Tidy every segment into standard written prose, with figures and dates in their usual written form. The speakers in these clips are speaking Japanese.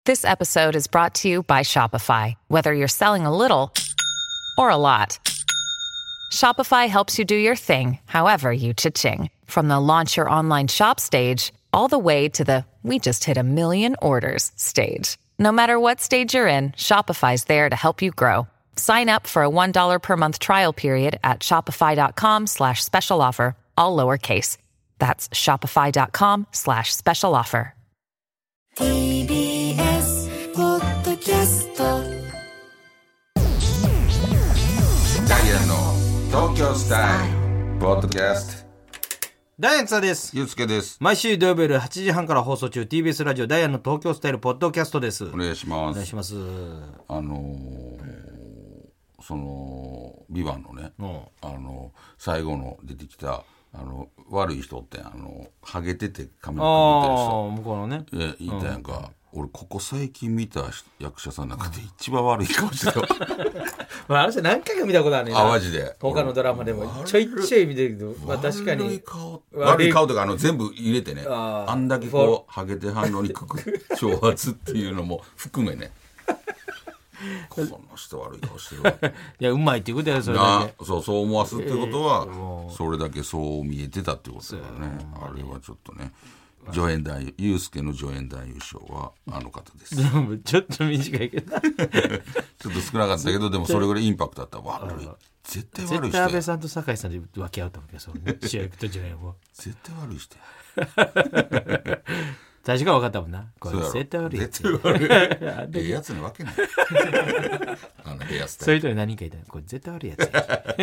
This episode is brought to you by Shopify. Whether you're selling a little or a lot, Shopify helps you do your thing, however you cha-ching. From the launch your online shop stage, all the way to the we just hit 1 million orders stage. No matter what stage you're in, Shopify's there to help you grow. Sign up for a $1 per month trial period at shopify.com/special offer, all lowercase. That's shopify.com/special offer. TBS ポッドキャストダイアンの東京スタイルポッドキャスト。 ダイアンツァです。 ゆうすけです。 毎週土曜日夜8時半から放送中 TBS ラジオダイアンの東京スタイルポッドキャストです。 お願いします。 お願いします。 そのビバンのね、最後の出てきた悪い人ってハゲてて髪の毛見てる人、 向こうのね、 いたやんか。俺ここ最近見た役者さんの中で一番悪い顔してたわ。 あの人何回か見たことあるねんな。 マジで他のドラマでもちょいちょい見てるけど、確かに悪い顔とか全部入れてね、あんだけこうハゲてはんのに挑発っていうのも含めね。この人悪い顔してるわ。 いや、うまいっていうことやよ、それだけ。 そう思わすってことは、それだけそう見えてたってことだからね。あれはちょっとね、助演男優介の助演男優賞はあの方です。 ちょっと短いけどちょっと少なかったけど、でもそれぐらいインパクトあったら悪い。絶対悪い人。 絶対安倍さんと酒井さんで分け合うと思うけど、そうね、主役と助演を絶対悪い人。 最初から分かったもんな。これ絶対悪いやつ。 絶対悪い。やつに分けない。ヘアスタイル。 そういう人に何人かいたら、これ絶対悪いやつ。ち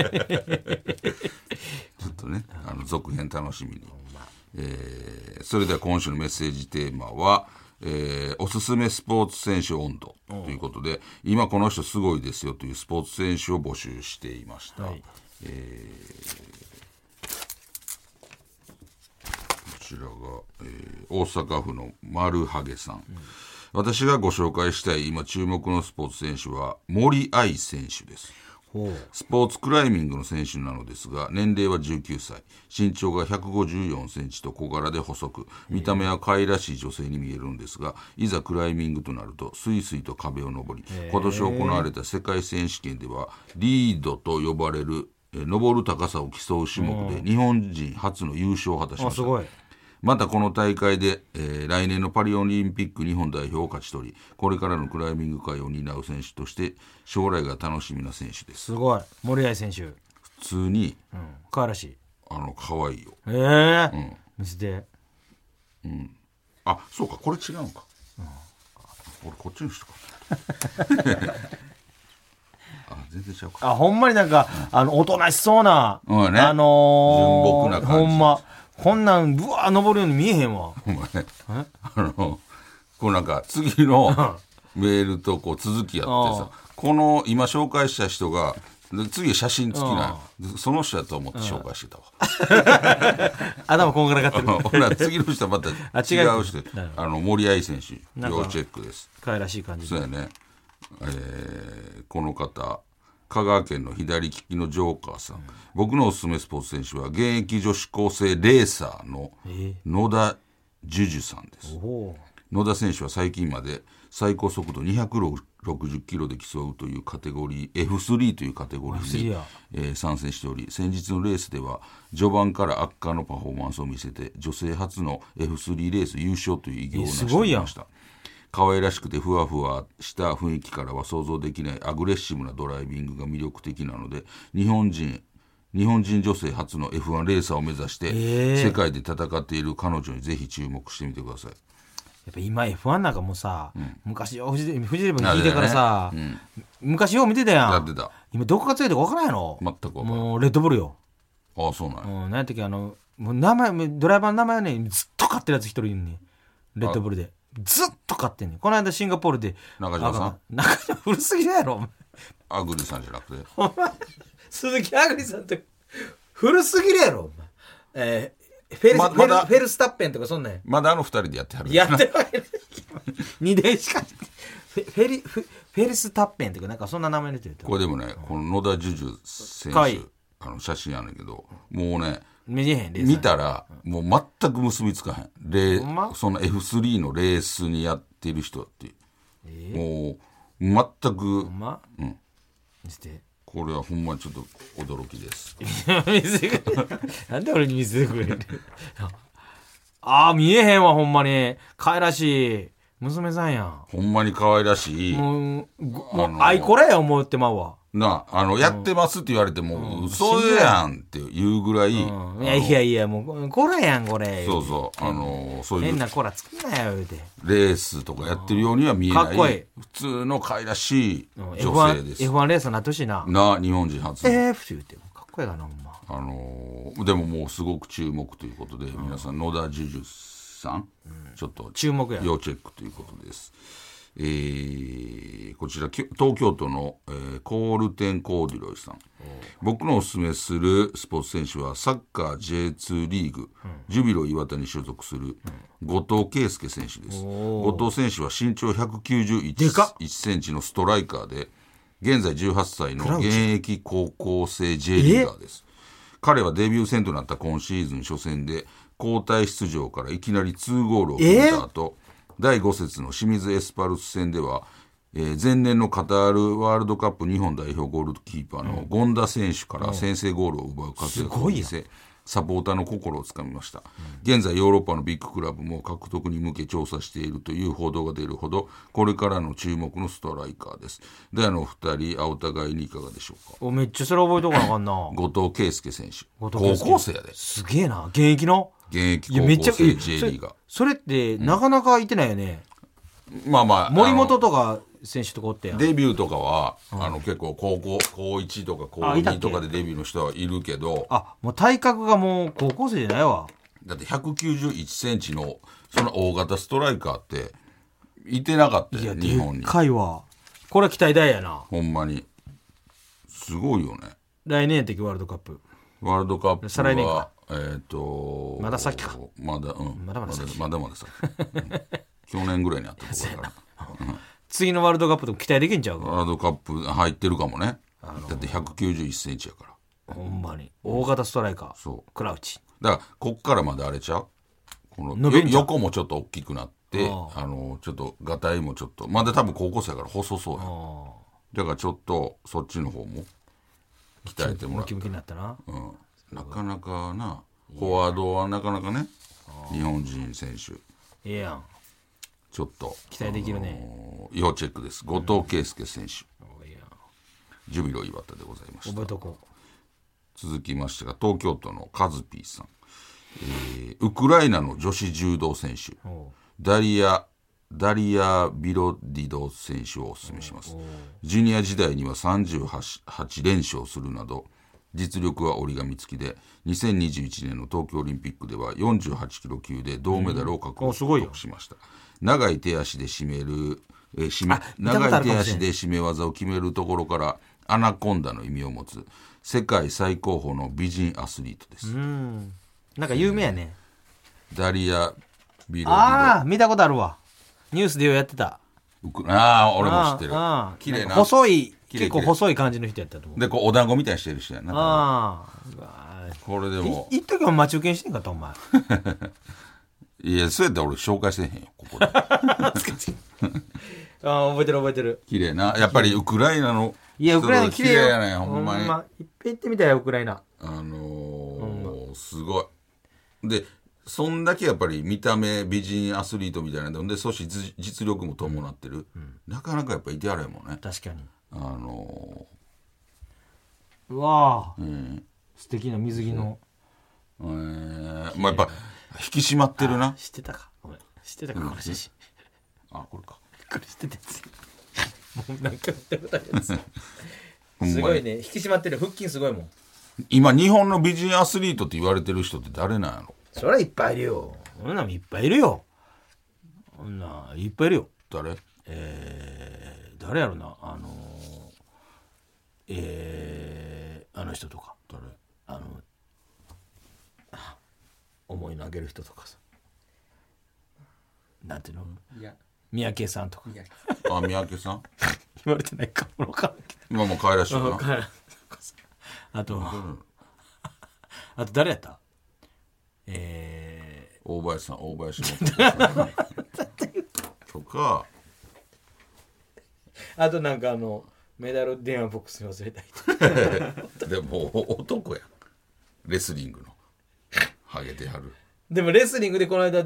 ょっとね、続編楽しみに。それでは今週のメッセージテーマは、おすすめスポーツ選手温度ということで、今この人すごいですよというスポーツ選手を募集していました。はい、こちらが、大阪府の丸ハゲさん、私がご紹介したい今注目のスポーツ選手は森愛選手です。スポーツクライミングの選手なのですが、年齢は19歳、身長が154センチと小柄で細く、見た目は可愛らしい女性に見えるんですが、いざクライミングとなるとスイスイと壁を登り、今年行われた世界選手権ではリードと呼ばれる登る高さを競う種目で日本人初の優勝を果たしました。またこの大会で、来年のパリオリンピック日本代表を勝ち取り、これからのクライミング界を担う選手として将来が楽しみな選手です。 すごい。森愛選手普通に、 可愛らしい。 可愛いよ。 見せて。 あ、そうか、これ違うのか。俺こっちの人か。全然違うか。 ほんまになんか、おとなしそうな、 純朴な感じ。 ほんま。こんなんブワー登るように見えへんわ。 お前こうなんか次のメールとこう続きやってさ、この今紹介した人が次写真付きなその人やと思って紹介してたわ。 頭こんがらがってる。 ほら次の人はまた違う人。森愛選手要チェックです。 可愛らしい感じ。 そうやね。この方香川県の左利きのジョーカーさん、僕のおすすめスポーツ選手は現役女子高生レーサーの野田樹樹さんです。野田選手は最近まで最高速度260キロで競うというカテゴリー F3 というカテゴリーに、参戦しており、先日のレースでは序盤から圧巻のパフォーマンスを見せて女性初の F3 レース優勝という偉業を成し遂げました。可愛らしくてふわふわした雰囲気からは想像できないアグレッシブなドライビングが魅力的なので、日本人女性初の F1 レーサーを目指して世界で戦っている彼女にぜひ注目してみてください。 やっぱ今 F1 なんかもさ、昔フジテレビ聞いてからさ、昔よう見てたやん。 やってた。 今どこが強いとか分からんやろ。 全く分からん。 もうレッドブルよ。 ああ、そうなんや。 何やったっけ、もう名前ドライバーの名前はね、ずっと勝ってるやつ一人いるね、レッドブルでずっと勝ってんねん。この間シンガポールで中島さん古すぎるやろ。 アグリさんじゃなくて鈴木アグリさんって古すぎるやろ。フェルスタッペンとかそんなんや。 まだ2人でやってはる。 やってるわけ2年しかフェルスタッペンとかなんかそんな名前出てる。 これでもね、この野田樹樹選手写真やねんけど、もうね見たらもう全く結びつかへん。その F3 のレースにやってる人ってもう全くほんま、 うん見せて。 これはほんまにちょっと驚きです。 見せてくれ。なんで俺に見せてくれる。ああ、見えへんわ、ほんまに。可愛らしい娘さんやん。 ほんまに可愛らしい。 もうアイコラや思ってまうわ。 やってますって言われても、嘘やんっていうぐらい、 いやいや、もうコラやん、これ。 そうそう、そういう変なコラ作んなよ、言うて。 レースとかやってるようには見えない、 かっこいい普通の可愛らしい女性です。 F1 レースになってほしいな。 日本人初の。 F って言うて、かっこいいかな、ほんま。 でももうすごく注目ということで、皆さん野田樹樹さん、ちょっと注目や。 要チェックということです。こちら東京都の、コールテンコーディロイさん。僕のおすすめするスポーツ選手はサッカー J2 リーグ、ジュビロ磐田に所属する後藤圭介選手です。後藤選手は身長191センチのストライカーで、現在18歳の現役高校生 J リーガーです。彼はデビュー戦となった今シーズン初戦で交代出場からいきなり2ゴールを決めた後、第5節の清水エスパルス戦では、前年のカタールワールドカップ日本代表ゴールキーパーの権田選手から先制ゴールを奪う活躍を見せ、サポーターの心をつかみました。現在ヨーロッパのビッグクラブも獲得に向け調査しているという報道が出るほど、これからの注目のストライカーです。で、お二人お互いにいかがでしょうか。 めっちゃそれ覚えとかなあかんな。 後藤圭介選手、高校生やで。 すげえな、現役の現役高校生 J リーガー。 それってなかなかいてないよね。 まあまあ森本とか選手とかおってやん。 デビューとかは、結構高1とか高2とかでデビューの人はいるけど、 もう体格がもう高校生じゃないわ。 だって191センチのその大型ストライカーっていてなかったよ、日本に。 でっかいわ。これは期待大やな。 ほんまにすごいよね。 来年やってきワールドカップ。 ワールドカップは再来年か。まだ先か。 まだ先。まだ先。去年ぐらいにあったところから。 次のワールドカップでも期待できんちゃうか。 ワールドカップ入ってるかもね。だって191センチやから。 ほんまに大型ストライカー。 そう。 クラウチ。 だからこっからまであれちゃう。この横もちょっと大きくなって、ちょっとガタイもちょっとまだ多分高校生やから細そうや。だからちょっとそっちの方も鍛えてもらって。 ムキムキになったな。 なかなかな。フォワードはなかなかね。日本人選手。 ええやん。 ちょっと期待できるね。 要チェックです。後藤圭介選手、ジュビロ磐田でございました。 覚えとこう。 続きましてが東京都のカズピーさん、ウクライナの女子柔道選手ダリア・ビロディド選手をお勧めします。ジュニア時代には38連勝するなど実力は折り紙付きで、2021年の東京オリンピックでは48キロ級で銅メダルを獲得しました。長い手足で締め技を決めるところからアナコンダの意味を持つ世界最高峰の美人アスリートです。 なんか有名やね。 ダリア・ビロディド。 見たことあるわ。ニュースでようやってた。 俺も知ってる。綺麗な。 細い、結構細い感じの人やったと思う。 で、こうお団子みたいにしてる人やな。これでも一時も待ち受けにしてんかったお前。 いや、そうやったら俺紹介せえへんよここで。 覚えてる。 綺麗な。やっぱりウクライナの。 いや、ウクライナ綺麗よ。 やね、ほんまに。 いっぺん行ってみたよ、ウクライナ。 すごい。で、そんだけやっぱり見た目美人アスリートみたいなんで、そして実力も伴ってる。なかなかやっぱいてやれもんね。 確かに。 うわ素敵な水着の。 まあやっぱ引き締まってるな。 知ってたかこの写真。 これか。 これ知ってたやつ。もうなんか見たことあるやつ。すごいね、引き締まってる。腹筋すごいもん。 今日本の美人アスリートって言われてる人って誰なんやろ。 そりゃいっぱいいるよ。そんなんいっぱいいるよ。 誰？ 誰やろな。あの人とか。 誰？ 重いのあげる人とかさ。なんていうの？三宅さんとか。 三宅さん？ 言われてないかも分からんけど。 今もう帰らしとるな。 あと誰やった？ 大林のとかあとなんかメダル電話ボックスに忘れた人でも男やんレスリングのハゲてはる。 でもレスリングでこの間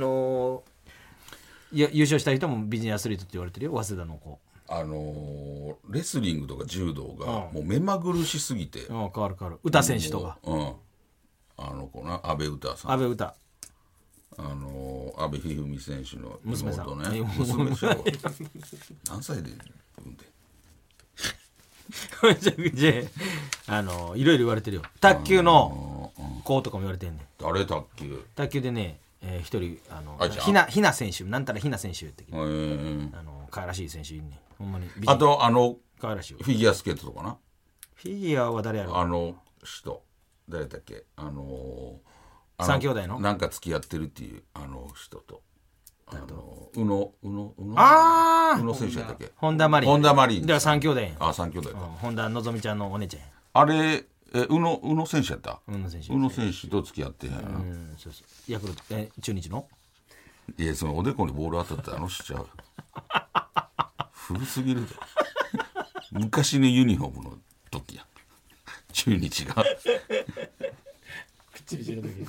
いや優勝した人もビジネスアスリートって言われてるよ、早稲田の子。 レスリングとか柔道がもう目まぐるしすぎて、 変わる歌選手とか、 あの子な、阿部詩さん、 阿部詩、 阿部一二三選手の娘さん妹ね、娘ちゃうわ何歳で産んでめちゃくちゃいろいろ言われてるよ。卓球の子とかも言われてんねん。 誰卓球でね、一人ひな選手、なんたらひな選手って聞いて、可愛らしい選手いんねん、ほんまに。 あと可愛らしいよ。 フィギュアスケートとかな、 フィギュアは誰やろ。 人誰だっけ、 三兄弟のなんか付き合ってるっていう人と宇野選手やったっけ、 本田マリン。では三兄弟やん。 あ、三兄弟か、 本田のぞみちゃんのお姉ちゃんやん。 あれ宇野選手やった。 宇野選手と付き合ってんやな。 そうそうヤクルト中日の。 いや、そのおでこにボール当たったら人ちゃう古すぎるで昔のユニフォームの時や中日がピチピチの時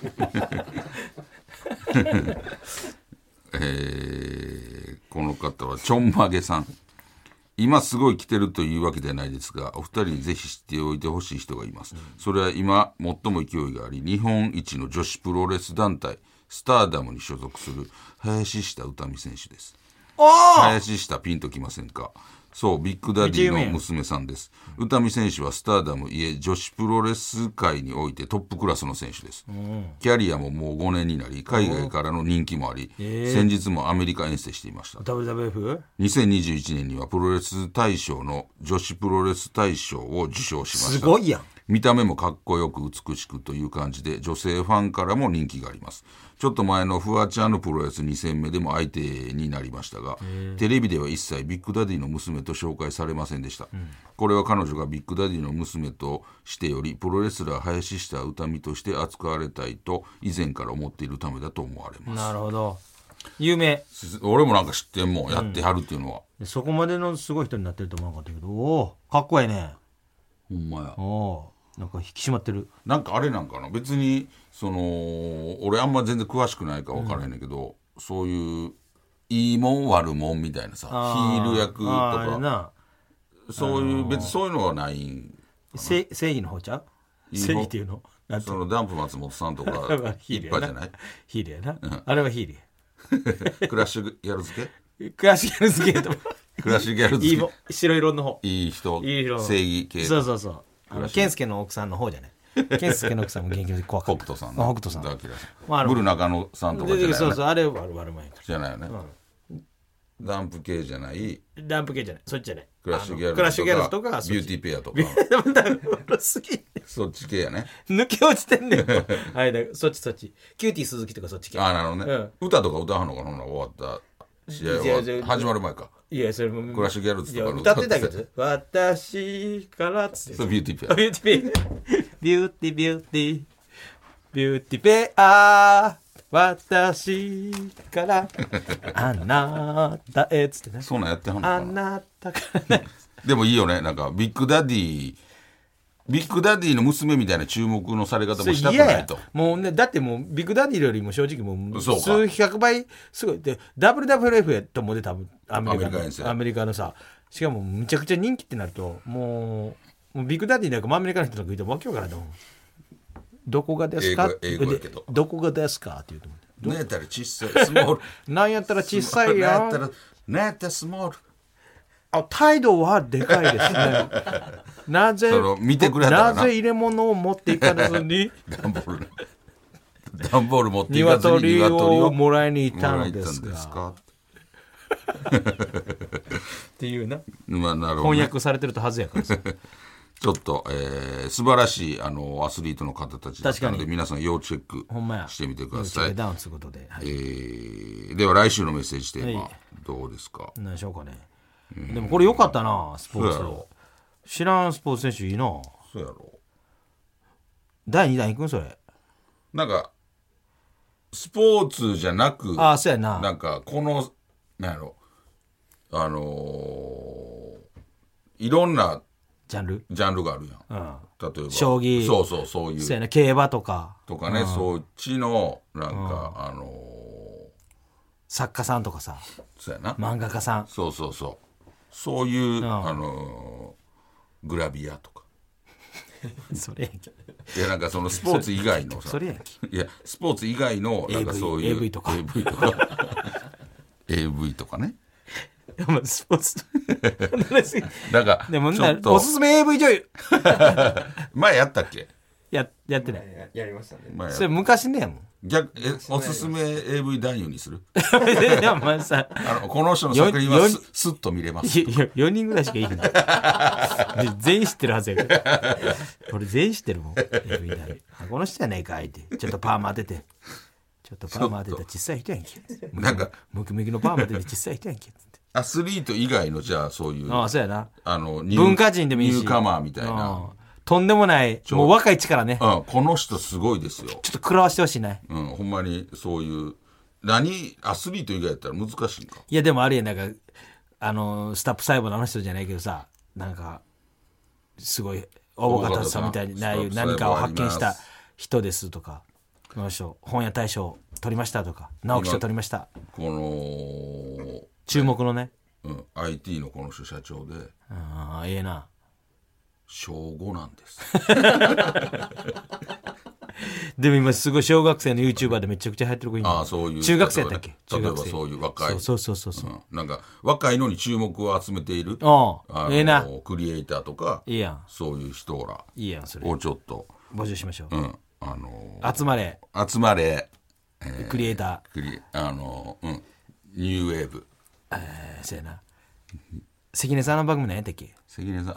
この方はちょんまげさん。今すごい来てるというわけではないですが、お二人にぜひ知っておいてほしい人がいます、それは今最も勢いがあり日本一の女子プロレス団体スターダムに所属する林下詩美選手です。林下ピンときませんか。そう、ビッグダディの娘さんです。詩美選手はスターダムいえ女子プロレス界においてトップクラスの選手です。キャリアももう5年になり海外からの人気もあり、先日もアメリカ遠征していました。 WWF？ 2021年にはプロレス大賞の女子プロレス大賞を受賞しました。 すごいやん。 見た目もかっこよく美しくという感じで女性ファンからも人気があります。ちょっと前のフワちゃんのプロレス2戦目でも相手になりましたが、テレビでは一切ビッグダディの娘と紹介されませんでした、これは彼女がビッグダディの娘としてよりプロレスラー林下詩美として扱われたいと以前から思っているためだと思われます。 なるほど、有名。 俺もなんか知ってんもん、やってはるっていうのは。 そこまでのすごい人になってると思わなかったけど、おーかっこいいね。 ほんまや。 おなんか引き締まってる。 なんかあれなんかな、別に俺あんま全然詳しくないから分からへんねんけど、そういういいもん悪もんみたいなさ、ヒール役とかそういう、別にそういうのはないん正義の方ちゃう。正義っていうのそのダンプ松本さんとかヒールやな。 一派じゃないヒールやな、あれはヒールや。 クラッシュギャル付けクラッシュギャル付けとクラッシュギャル付け白色の方、 いい人、 いい色正義系。 そうそうそう、健介の奥さんの方じゃない。健介の奥さんも元気で怖かった。 北斗さん北斗さん、 ブル中野さんとかじゃないよね。 そうそう、あれ悪前からじゃないよね、ダンプ系じゃない、 ダンプ系じゃない、そっちじゃない、 クラッシュギャルズとかビューティーペアとかそっち系やね。 抜け落ちてんねんそっちキューティー鈴木とかそっち系。 あ、なるほどね、歌とか歌うのかな、終わった試合は始まる前か。 いや、それもクラッシュギャルズとかの歌ってたけど、私からっつって、 それビューティーペア、 ビューティーペア私からあなたへっつってね。 そんなんやってはんのかな。 あなたからね。 でもいいよね、なんかビッグダディの娘みたいな注目のされ方もしたくないと。 もうね、だってもうビッグダディよりも正直もうそうか数百倍すごいで、 WWF やと思って、多分アメリカのさ、しかもむちゃくちゃ人気ってなると、もうビッグダディなんかアメリカの人なんか言うとわけわからんと思う。どこがですか、 英語やけど、 どこがですかって言うと思う。 なんやったら小さいスモールなんやったら小さいよ、 なんやったらスモール、 態度はでかいですね。なぜ見てくれたらなぜ入れ物を持っていかずに段ボール持っていかずに鶏をもらいに行ったのですかっていうな、 まあ、なるほどね、 翻訳されてるとはずやからさ。 ちょっと、素晴らしいアスリートの方たちだったので、皆さん要チェックしてみてください。 ダウンすることで、はい、 では来週のメッセージテーマ、どうですか。 何でしょうかね。でもこれ良かったな、スポーツ。知らんスポーツ選手いいな。 そうやろ。 第2弾いくんそれ。 なんかスポーツじゃなく、 そうやな。 なんかこのなんやろ、 いろんなジャンル、 ジャンルがあるやん、 うん、 例えば将棋、 そういうそうやな、競馬とかとかね、そっちのなんか、 作家さんとかさ、 そうやな、 漫画家さん、 そういう、グラビアとかそれやんけ、 いやなんかそのスポーツ以外のさそれやんけ、 いやスポーツ以外のなんかそういう AV とか AV とかね、 いやまあスポーツなんかでもちょっとおすすめ AV 女優前やったっけ、 やってない、 やりましたね。 前それ昔ねやもんおすすめ AV 男優にするいやまあさ、 この人の作品はよスッと見れます 4人ぐらいしかいいんだ全員知ってるはずやからこれ全員知ってるもん AV 男優、この人じゃないかいってちょっとパーマ当てて、ちょっとパーマ当てた小さい人やんけ、 なんかムキムキのパーマ当てて小さい人やんけって、 アスリート以外のじゃあそういうああそうやな、 文化人でもいいし、 ニューカマーみたいな、 とんでもないもう若い力ね、 この人すごいですよ、 ちょっと食らわしてほしいね、 ほんまにそういうアスリート以外やったら難しいんか、 いやでもあれやなんかスタップ細胞のあの人じゃないけどさ、なんかすごい大方さんみたいに何かを発見した人ですとか、この人本屋大賞取りましたとか直木賞取りました、 この注目のね、 IT のこの人社長でああええな、 小5なんですでも今すごい小学生の YouTuber でめちゃくちゃ流行ってる子いるの、 そういう中学生だっけ、 例えば中学生、 そういう若いそう、 なんか若いのに注目を集めているええな、 クリエイターとかいいやん、 そういう人らいいやん、それをちょっと募集しましょう、 集まれクリエイタニューウェーブ、 そうやな、関根さんの番組何やったっけ、 関根さん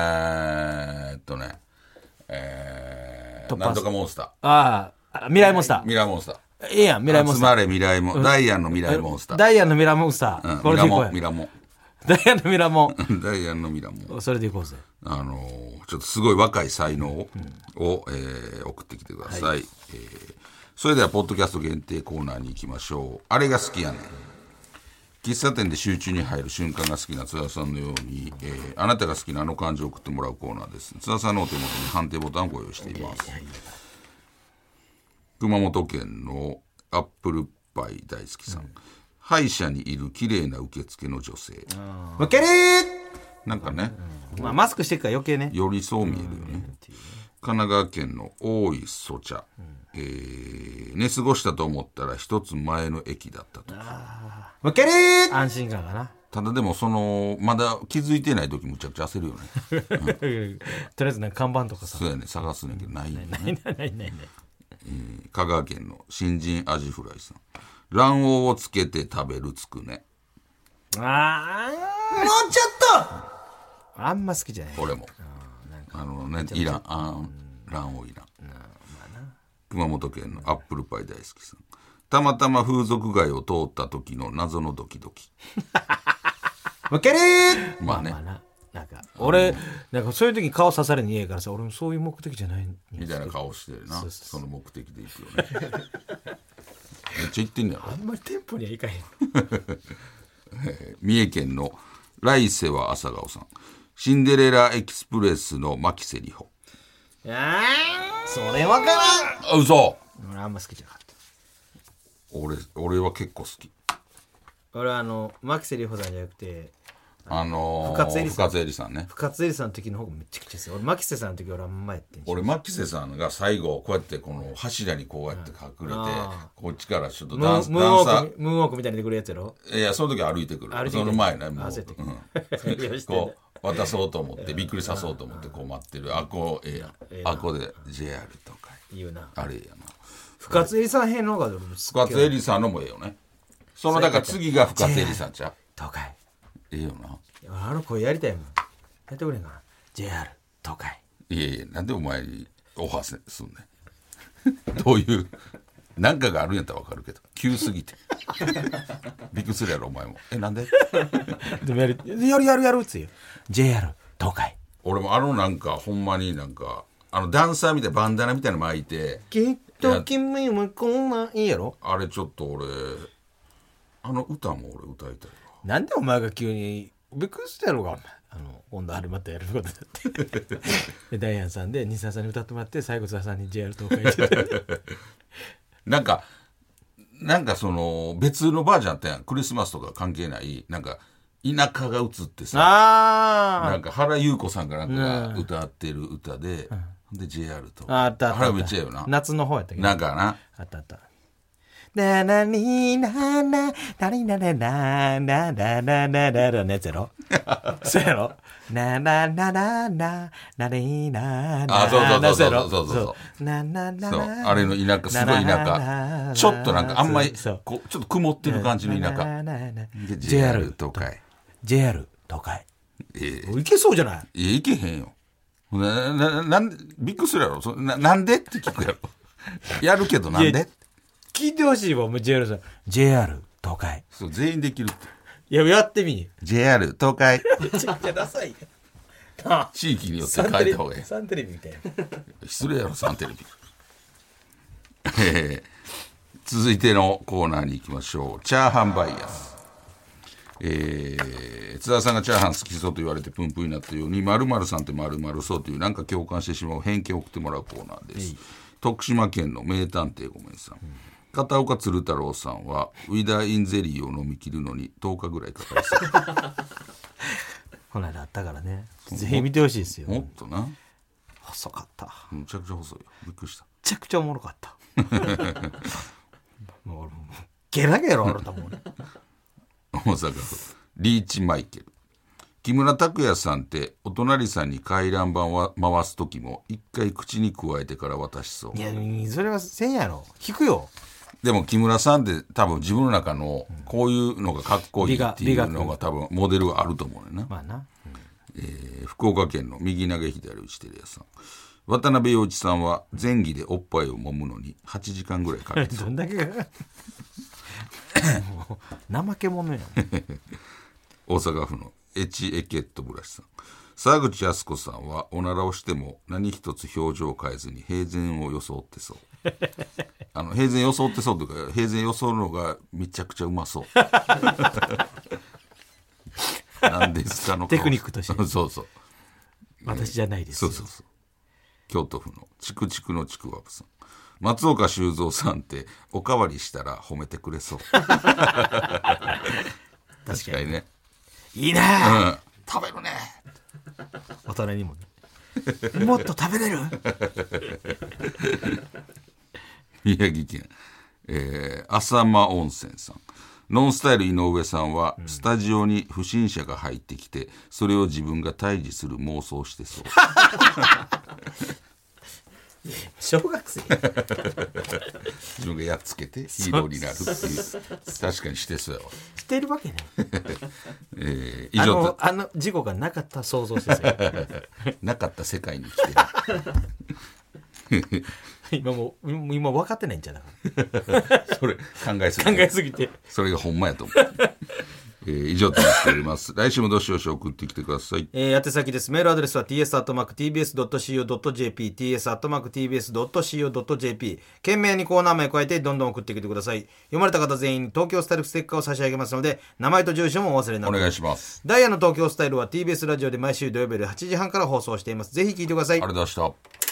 突破なんとかモンスタ未来モンスター、 ミラーモンスター、 ええやん、未来モンスター、 集まれ未来モン、ダイアンの未来モンスター、 ダイアンのミラーモンスター、これでいこうや、 ミラモンダイアンのミラーモンダイアンのミラモン、 それでいこうぜ、 ちょっとすごい若い才能を、送ってきてください、それではポッドキャスト限定コーナーに行きましょう。あれが好きやねん。喫茶店で集中に入る瞬間が好きな津田さんのように、あなたが好きなあの漢字を送ってもらうコーナーです。津田さんのお手元に判定ボタンをご用意しています。熊本県のアップルパイ大好きさん、歯医者にいる綺麗な受付の女性、 むけりなんかね、 まあマスクしてるから余計ね、 よりそう見えるよね。神奈川県の大井そ茶、寝過ごしたと思ったら一つ前の駅だったと。 むけり安心感かな、 ただでもまだ気づいてない時むちゃくちゃ焦るよねとりあえずなんか看板とかさ、 そうやね、探すねんけどないよね。 ない香川県の新人アジフライさん、卵黄をつけて食べるつくね。 もうちょっとあんま好きじゃない、 俺もいらん、卵黄いらん。熊本県のアップルパイ大好きさん、たまたま風俗街を通った時の謎のドキドキ。 むけりまあね、 なんか俺なんかそういう時に顔刺されにええからさ、俺もそういう目的じゃないみたいな顔してるな、その目的で行くよねめっちゃ行ってんねやろ。 あんまり店舗には行かへん三重県の来世は朝顔さん、シンデレラエキスプレスの牧瀬里穂。 それわからん、 嘘。 俺あんま好きじゃなかった。 俺は結構好き。 俺は牧瀬里穂さんじゃなくて深津絵里さんね。 深津絵里さんの時の方がめちゃくちゃ好き。俺牧瀬さんの時俺あんまやってんし、 俺牧瀬さんが最後こうやってこの柱にこうやって隠れて、こっちからちょっとムーンウォークみたいに出てくるやつやろ。 いやその時歩いてくる、その前ね、もう、こう渡そうと思ってびっくりさそうと思ってこう待ってる、あこええやん、あこで JR とか言うな、 あれやな。 深津絵里さん編の方が俺も好き。 深津絵里さんのもええよね。そのだから次が深津絵里さんちゃう。 東海ええよな。 あの声やりたいもん。やってくれんかな。JR 東海。 いやなんでお前にオファーすんねんどういうなんかがあるんやったら分かるけど急すぎてびっくりするやろお前も。なんででもやるっつうよ。 JR 東海。 俺もなんかほんまになんかダンサーみたいなバンダナみたいなの巻いてきっと君もこんないいやろ。 あれちょっと俺歌も俺歌いたいわ。 なんでお前が急にびっくりしたやろがお前今度あれまたやることになってでダイアンさんで西田さんに歌ってもらって最後津田さんに JR 東海ってなんかその別のバージョンあったやん。クリスマスとか関係ないなんか田舎が映ってさ、なんか原由子さんがなんかが歌ってる歌で、で JR とあったあれめっちゃええよな。 夏の方やったっけなんかなあったななになななにななななななななのやつやろそうやろななななななにななそうなななそうあれの田舎すごい田舎ちょっとなんかあんまりこうちょっと曇ってる感じの田舎で JR 東海 JR 東海いけそうじゃない？ いけへんよ。なんびっくりするやろ。なんでって聞くやろ。やるけどなんで聞いてほしいわ。もう JR さん JR 東海そう全員できるって。 いややってみ JR 東海めちゃくちゃダサい地域によって変えた方がいい。 サンテレビみたいな失礼やろサンテレビ続いてのコーナーに行きましょう。チャーハンバイアス。津田さんがチャーハン好きそうと言われてプンプンになったように〇〇さんって〇〇そうというなんか共感してしまう偏見を送ってもらうコーナーです。徳島県の名探偵ごめんさん、片岡鶴太郎さんはウィダーインゼリーを飲み切るのに10日ぐらいかかりそうこの間あったからね。ぜひ見てほしいですよ。 もっとな細かった。 むちゃくちゃ細いよ。びっくりした。 めちゃくちゃおもろかったもうゲラゲラ笑ったもんね。 大阪府リーチマイケル。木村拓哉さんってお隣さんに回覧板を回す時も一回口に加えてから渡しそう。 いやそれはせんやろ。引くよ。 でも木村さんって多分自分の中のこういうのがかっこいいっていうのが多分モデルがあると思うねんな。 まあな、 福岡県の右投げ左打ちテレ朝さん。渡辺陽一さんは前儀でおっぱいを揉むのに8時間ぐらいかかるどんだけもう怠け者やん大阪府のエチエケットブラシさん。沢口靖子さんはおならをしても何一つ表情を変えずに平然を装ってそう平然装ってそうというか平然装うのがめちゃくちゃうまそうなんですかのテクニックとしてそうそう私じゃないです。 そう京都府のチクチクのちくわぶさん。松岡修造さんっておかわりしたら褒めてくれそう確かにね。 いいね、 食べるね大人にもねもっと食べれる宮城県、浅間温泉さん。ノンスタイル井上さんはスタジオに不審者が入ってきてそれを自分が退治する妄想してそう小学生自分がやっつけてヒーローになるっていう確かにしてそうやわ。 してるわけない以上あの事故がなかった想像してそうなかった世界に来てる今分かってないんじゃないそれ考えすぎてそれがほんまやと思う以上となっております。来週もどしどし送ってきてください。 宛先です。メールアドレスは ts@tbs.co.jp ts@tbs.co.jp 懸命にコーナー名加えてどんどん送ってきてください。読まれた方全員に東京スタイルステッカーを差し上げますので名前と住所もお忘れなく。 お願いします。 ダイヤの東京スタイルは TBS ラジオで毎週土曜日で8時半から放送しています。ぜひ聞いてください。 ありがとうございました。